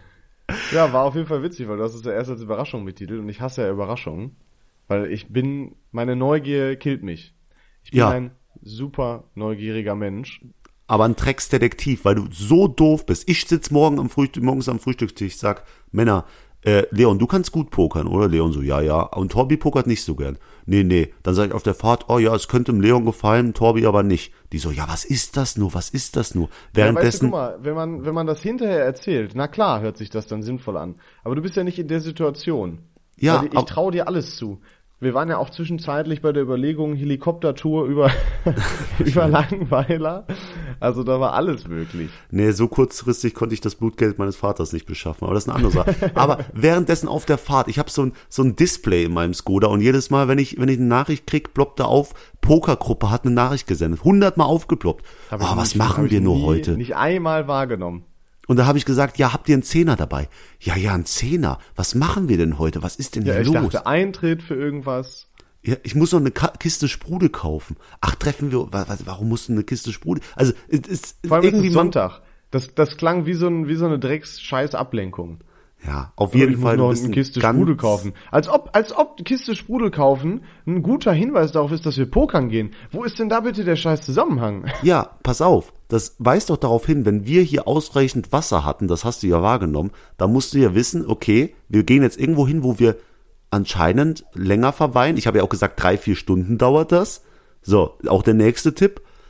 Ja, war auf jeden Fall witzig, weil du hast es ja erst als Überraschung betitelt und ich hasse ja Überraschungen, weil ich bin, meine Neugier killt mich. Ich bin ja. ein super neugieriger Mensch. Aber ein Drecksdetektiv, weil du so doof bist. Ich sitz morgen am Frühstück, morgens am Frühstückstisch, sag, Männer, äh, Leon, du kannst gut pokern, oder? Leon so, ja, ja. Und Torbi pokert nicht so gern. Nee, nee. Dann sag ich auf der Fahrt, oh ja, es könnte dem Leon gefallen, Torbi aber nicht. Die so, ja, was ist das nur? Was ist das nur? Währenddessen. Ja, weißt du, guck mal, wenn man, wenn man das hinterher erzählt, na klar, hört sich das dann sinnvoll an. Aber du bist ja nicht in der Situation. Ja. Ich traue dir alles zu. Wir waren ja auch zwischenzeitlich bei der Überlegung, Helikoptertour über, über Langweiler. Also da war alles möglich. Nee, so kurzfristig konnte ich das Blutgeld meines Vaters nicht beschaffen, aber das ist eine andere Sache. Aber währenddessen auf der Fahrt, ich habe so ein, so ein Display in meinem Skoda und jedes Mal, wenn ich, wenn ich eine Nachricht krieg, ploppt da auf, Pokergruppe hat eine Nachricht gesendet. hundertmal aufgeploppt. Oh, was nicht, machen wir nur nie, heute? Nicht einmal wahrgenommen. Und da habe ich gesagt, ja, habt ihr einen Zehner dabei? Ja, ja, einen Zehner. Was machen wir denn heute? Was ist denn ja, hier ich los? Ich dachte, Eintritt für irgendwas. Ja, ich muss noch eine Kiste Sprudel kaufen. Ach, treffen wir, was, warum musst du eine Kiste Sprudel? Also, es ist vor allem irgendwie ist es Sonntag. Das, das klang wie so, ein, wie so eine Drecks-Scheiß-Ablenkung. Ja, auf jeden ich Fall. Ich muss noch eine Kiste Sprudel kaufen. Als ob, als ob Kiste Sprudel kaufen ein guter Hinweis darauf ist, dass wir pokern gehen. Wo ist denn da bitte der scheiß Zusammenhang? Ja, pass auf. Das weist doch darauf hin, wenn wir hier ausreichend Wasser hatten, das hast du ja wahrgenommen, da musst du ja wissen, okay, wir gehen jetzt irgendwo hin, wo wir anscheinend länger verweilen. Ich habe ja auch gesagt, drei, vier Stunden dauert das. So, auch der nächste Tipp.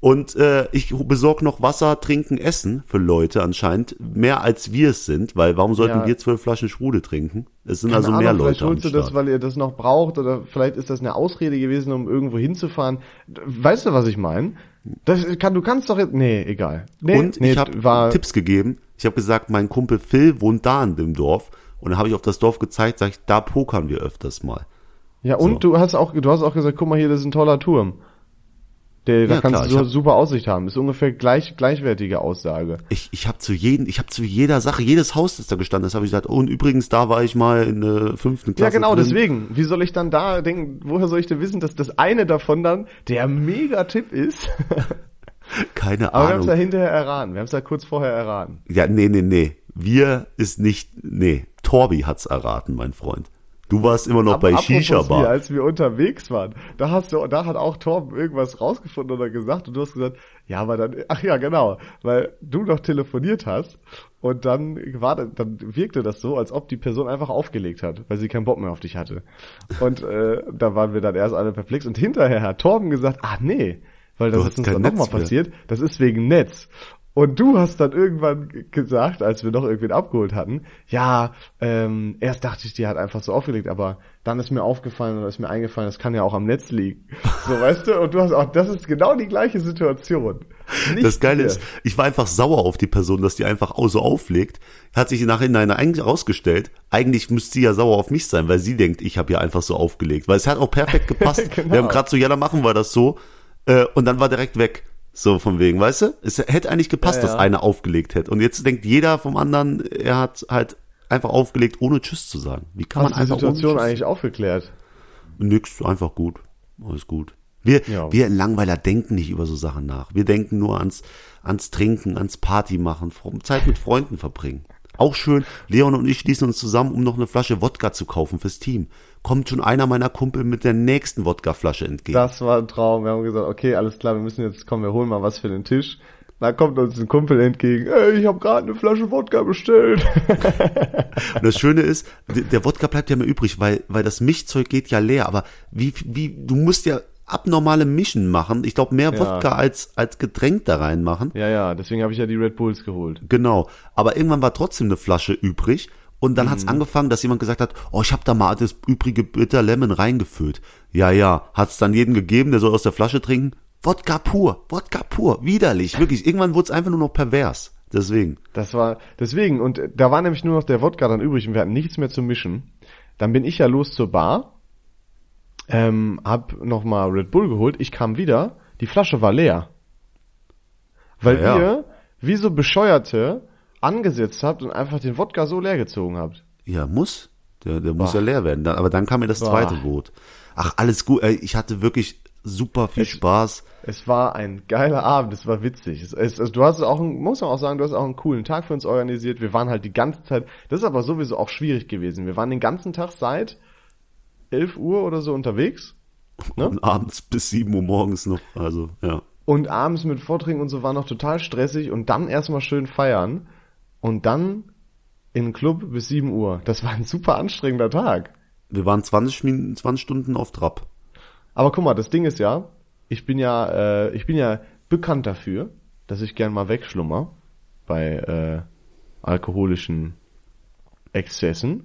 Und äh, ich besorge noch Wasser, Trinken, Essen für Leute anscheinend. Mehr als wir es sind, weil warum sollten Ja. wir zwölf Flaschen Sprudel trinken? Es sind Keine also Ahnung, mehr vielleicht Leute am holst du das, Start. weil ihr das noch braucht, oder vielleicht ist das eine Ausrede gewesen, um irgendwo hinzufahren. Weißt du, was ich meine? Das kann, du kannst doch jetzt, nee, egal. Nee, Und nee, ich habe war, Tipps gegeben. Ich habe gesagt, mein Kumpel Phil wohnt da in dem Dorf. Und dann habe ich auf das Dorf gezeigt, sag ich, da pokern wir öfters mal. ja, und so. du hast auch, du hast auch gesagt, guck mal hier, das ist ein toller Turm. Der, da Ja, kannst klar, du ich so hab- super Aussicht haben. Ist ungefähr gleich, gleichwertige Aussage. Ich, ich habe zu jedem, ich habe zu jeder Sache, jedes Haus, das da gestanden ist, habe ich gesagt, oh, und übrigens, da war ich mal in der fünften Klasse. Ja, genau, drin. deswegen. Wie soll ich dann da denken, woher soll ich denn wissen, dass das eine davon dann der Mega-Tipp ist? Keine Aber wir haben es Ahnung. ja hinterher erraten. Wir haben es ja kurz vorher erraten. Ja, nee, nee, nee. Wir ist nicht, nee. Torbi hat's erraten, mein Freund. Du warst immer noch Aber bei apropos wir, Shisha-Bar. als wir unterwegs waren, da hast du, da hat auch Torben irgendwas rausgefunden oder gesagt und du hast gesagt, ja, aber dann, ach ja, genau, weil du noch telefoniert hast und dann war, dann wirkte das so, als ob die Person einfach aufgelegt hat, weil sie keinen Bock mehr auf dich hatte. Und äh, da waren wir dann erst alle perplex und hinterher hat Torben gesagt, ach nee, weil Du das hast ist uns kein dann nochmal Netz mehr. passiert, das ist wegen Netz. Und du hast dann irgendwann g- gesagt, als wir noch irgendwen abgeholt hatten, ja, ähm, erst dachte ich, die hat einfach so aufgelegt, aber dann ist mir aufgefallen oder ist mir eingefallen, das kann ja auch am Netz liegen. So, weißt du? Und du hast auch, das ist genau die gleiche Situation. Nicht Das Geile wir. ist, ich war einfach sauer auf die Person, dass die einfach so auflegt. Hat sich im Nachhinein eigentlich rausgestellt, eigentlich müsste sie ja sauer auf mich sein, weil sie denkt, ich habe ja einfach so aufgelegt. Weil es hat auch perfekt gepasst. Genau. Wir haben gerade so, ja, dann machen wir das so. Äh, und dann war direkt weg. So von wegen, weißt du? Es hätte eigentlich gepasst, Ja, ja. dass einer aufgelegt hätte. Und jetzt denkt jeder vom anderen, er hat halt einfach aufgelegt, ohne Tschüss zu sagen. Wie kann Hast man du die einfach Situation ohne Tschüss eigentlich aufgeklärt? Nix, einfach gut. Alles gut. Wir, Ja. wir Langweiler denken nicht über so Sachen nach. Wir denken nur ans, ans Trinken, ans Party machen, Fro- Zeit mit Freunden verbringen. Auch schön, Leon und ich schließen uns zusammen, um noch eine Flasche Wodka zu kaufen fürs Team. Kommt schon einer meiner Kumpel mit der nächsten Wodkaflasche entgegen. Das war ein Traum. Wir haben gesagt, okay, alles klar, wir müssen jetzt, komm, wir holen mal was für den Tisch. Da kommt uns ein Kumpel entgegen, ey, ich habe gerade eine Flasche Wodka bestellt. Und das Schöne ist, d- der Wodka bleibt ja immer übrig, weil, weil das Mischzeug geht ja leer. Aber wie, wie, du musst ja abnormale Mischen machen. Ich glaube, mehr Ja. Wodka als, als Getränk da reinmachen. Ja, ja, deswegen habe ich ja die Red Bulls geholt. Genau. Aber irgendwann war trotzdem eine Flasche übrig. Und dann hat's angefangen, dass jemand gesagt hat, oh, ich habe da mal das übrige Bitter Lemon reingefüllt. Ja, ja. Hat's dann jedem gegeben, der soll aus der Flasche trinken? Wodka pur, Wodka pur, widerlich. Wirklich, irgendwann wurde es einfach nur noch pervers. Deswegen. Das war, deswegen, und äh, da war nämlich nur noch der Wodka dann übrig und wir hatten nichts mehr zu mischen. Dann bin ich ja los zur Bar, ähm, hab nochmal Red Bull geholt, ich kam wieder, die Flasche war leer. Weil Ja, ja. ihr, wie so Bescheuerte, angesetzt habt und einfach den Wodka so leer gezogen habt. Ja, muss. Der, der muss Boah. ja leer werden. Dann, aber dann kam mir das Boah. zweite Boot. Ach, alles gut. Ey, ich hatte wirklich super viel Es- Spaß. Es war ein geiler Abend, es war witzig. Es, es, also du hast auch, einen, muss man auch sagen, du hast auch einen coolen Tag für uns organisiert. Wir waren halt die ganze Zeit, das ist aber sowieso auch schwierig gewesen. Wir waren den ganzen Tag seit elf Uhr oder so unterwegs. Ne? Und abends bis sieben Uhr morgens noch. Also, ja. Und abends mit Vortrinken und so war noch total stressig und dann erstmal schön feiern und dann in den Club bis sieben Uhr. Das war ein super anstrengender Tag. Wir waren zwanzig Minuten, zwanzig Stunden auf Trab. Aber guck mal, das Ding ist ja, ich bin ja, äh, ich bin ja bekannt dafür, dass ich gern mal wegschlummer bei äh, alkoholischen Exzessen.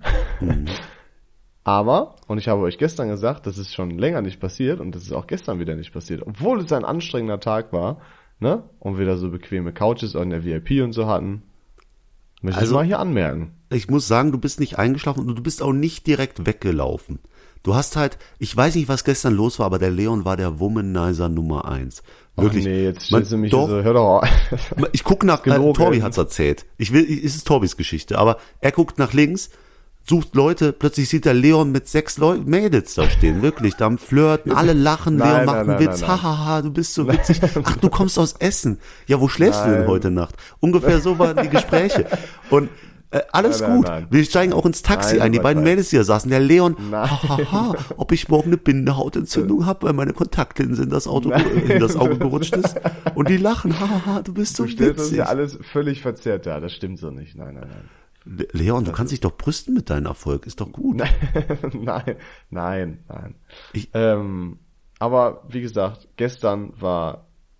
Aber, und ich habe euch gestern gesagt, das ist schon länger nicht passiert und das ist auch gestern wieder nicht passiert, obwohl es ein anstrengender Tag war, ne? Und wir da so bequeme Couches in der V I P und so hatten. Möchte Also- ich mal hier anmerken. Ich muss sagen, du bist nicht eingeschlafen und du bist auch nicht direkt weggelaufen. Du hast halt, ich weiß nicht, was gestern los war, aber der Leon war der Womanizer Nummer eins. Wirklich. Ach nee, jetzt Man- stellst du mich doch, so, hör doch auf. Ich guck nach, äh, gelogen. Torbi hat's erzählt. Ich will, es ist Torbis Geschichte, aber er guckt nach links, sucht Leute, plötzlich sieht der Leon mit sechs Leu Mädels da stehen, wirklich, da am Flirten, alle lachen, Nein, Leon nein, macht einen nein, Witz, nein, nein. hahaha, du bist so witzig. Ach, du kommst aus Essen. Ja, wo schläfst du denn Nein. heute Nacht? Ungefähr so waren die Gespräche. Und äh, alles Nein, nein, gut. nein. Wir steigen auch ins Taxi Nein, ein. Die beiden nein. Mädels, die da saßen, der Leon, Nein. hahaha, ob ich morgen eine Bindehautentzündung habe, weil meine Kontaktlinse in das Auto, in das Auge gerutscht ist. Und die lachen, hahaha, du bist so Du stellst uns witzig. ja alles völlig verzerrt dar, das stimmt so nicht. Nein, nein, nein. Le- Leon, du kannst dich doch brüsten mit deinem Erfolg, ist doch gut. nein, nein, nein. Ich- ähm, aber wie gesagt, gestern war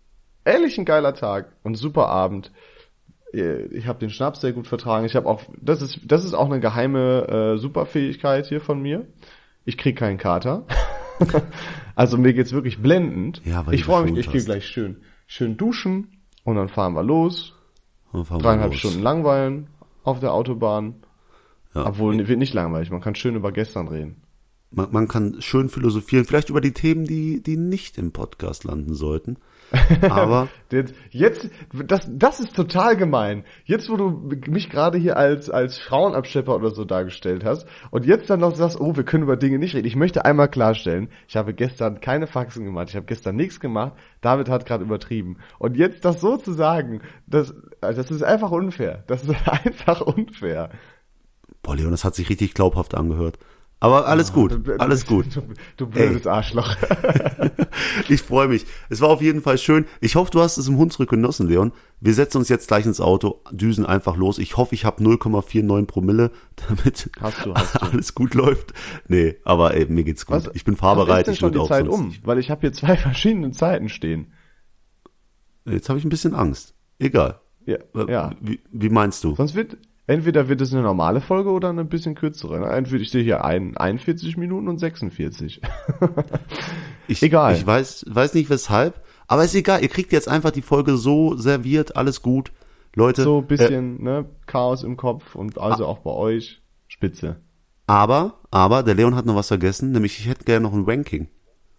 ehrlich ein geiler Tag und super Abend. Ich habe den Schnaps sehr gut vertragen. Ich habe auch, das ist, das ist auch eine geheime äh, Superfähigkeit hier von mir. Ich krieg keinen Kater. Also mir geht's wirklich blendend. Ja, weil ich freue mich, du ich gehe hast. gleich schön, schön duschen und dann fahren wir los. Dann fahren wir Dreieinhalb los. Stunden langweilen auf der Autobahn. Ja. Obwohl, wird nicht langweilig. Man kann schön über gestern reden. Man, man kann schön philosophieren, vielleicht über die Themen, die, die nicht im Podcast landen sollten. Aber Jetzt, jetzt, das, das ist total gemein. Jetzt, wo du mich gerade hier als, als Frauenabschlepper oder so dargestellt hast und jetzt dann noch sagst, oh, wir können über Dinge nicht reden. Ich möchte einmal klarstellen, ich habe gestern keine Faxen gemacht, ich habe gestern nichts gemacht, David hat gerade übertrieben. Und jetzt das so zu sagen, das, das ist einfach unfair. Das ist einfach unfair. boah, Leon, das hat sich richtig glaubhaft angehört. Aber alles gut, alles gut. Du, du blödes Ey. Arschloch. Ich freue mich. Es war auf jeden Fall schön. Ich hoffe, du hast es im Hunsrück genossen, Leon. Wir setzen uns jetzt gleich ins Auto, düsen einfach los. Ich hoffe, ich habe null Komma neunundvierzig Promille, damit hast du, hast du. alles gut läuft. Nee, aber ey, mir geht's gut. Was? Ich bin fahrbereit. Ist denn Ich schon die auch Zeit sonst- um? Weil ich habe hier zwei verschiedene Zeiten stehen. Jetzt habe ich ein bisschen Angst. Egal. Ja, Äh, ja. Wie, wie meinst du? Sonst wird, entweder wird es eine normale Folge oder eine bisschen kürzere. Entweder ich sehe hier ein, einundvierzig Minuten und sechsundvierzig. Ich, Egal. Ich weiß, weiß nicht weshalb, aber ist egal. Ihr kriegt jetzt einfach die Folge so serviert, alles gut. Leute, So ein äh, bisschen, ne, Chaos im Kopf und also auch bei euch. Spitze. aber, aber, der Leon hat noch was vergessen, nämlich ich hätte gerne noch ein Ranking.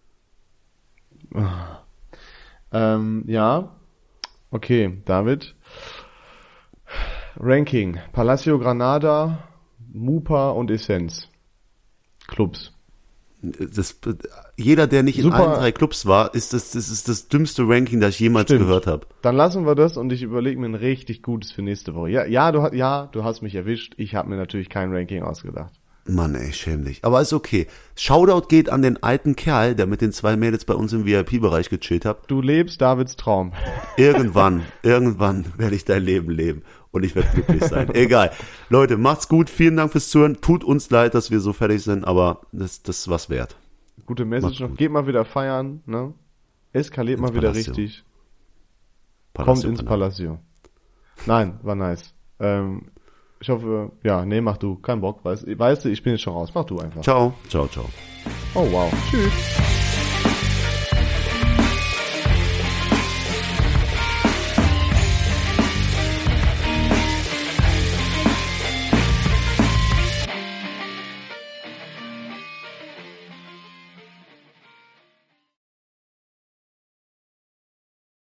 Ähm, ja. Okay, David. Ranking. Palacio Granada, Mupa und Essenz. Clubs. Das, jeder, der nicht Super. in allen drei Clubs war, ist das, das ist das dümmste Ranking, das ich jemals Stimmt. gehört habe. Dann lassen wir das und ich überlege mir ein richtig gutes für nächste Woche. Ja, ja, du, ha- ja, du hast mich erwischt. Ich habe mir natürlich kein Ranking ausgedacht. Mann, ey, schäm dich. Aber ist okay. Shoutout geht an den alten Kerl, der mit den zwei Mädels bei uns im V I P-Bereich gechillt hat. Du lebst Davids Traum. Irgendwann, irgendwann werde ich dein Leben leben und ich werde glücklich sein. Egal. Leute, macht's gut. Vielen Dank fürs Zuhören. Tut uns leid, dass wir so fertig sind, aber das, das ist was wert. Gute Message Macht's noch. gut. Geht mal wieder feiern, ne? Eskaliert Ins mal wieder Palacio. richtig. Palacio Kommt ins Granada. Palacio. Nein, war nice. Ähm, ich hoffe, ja, nee, mach du. Kein Bock. Weißt, weißt du, ich bin jetzt schon raus. Mach du einfach. Ciao, ciao, ciao. Oh wow. Tschüss.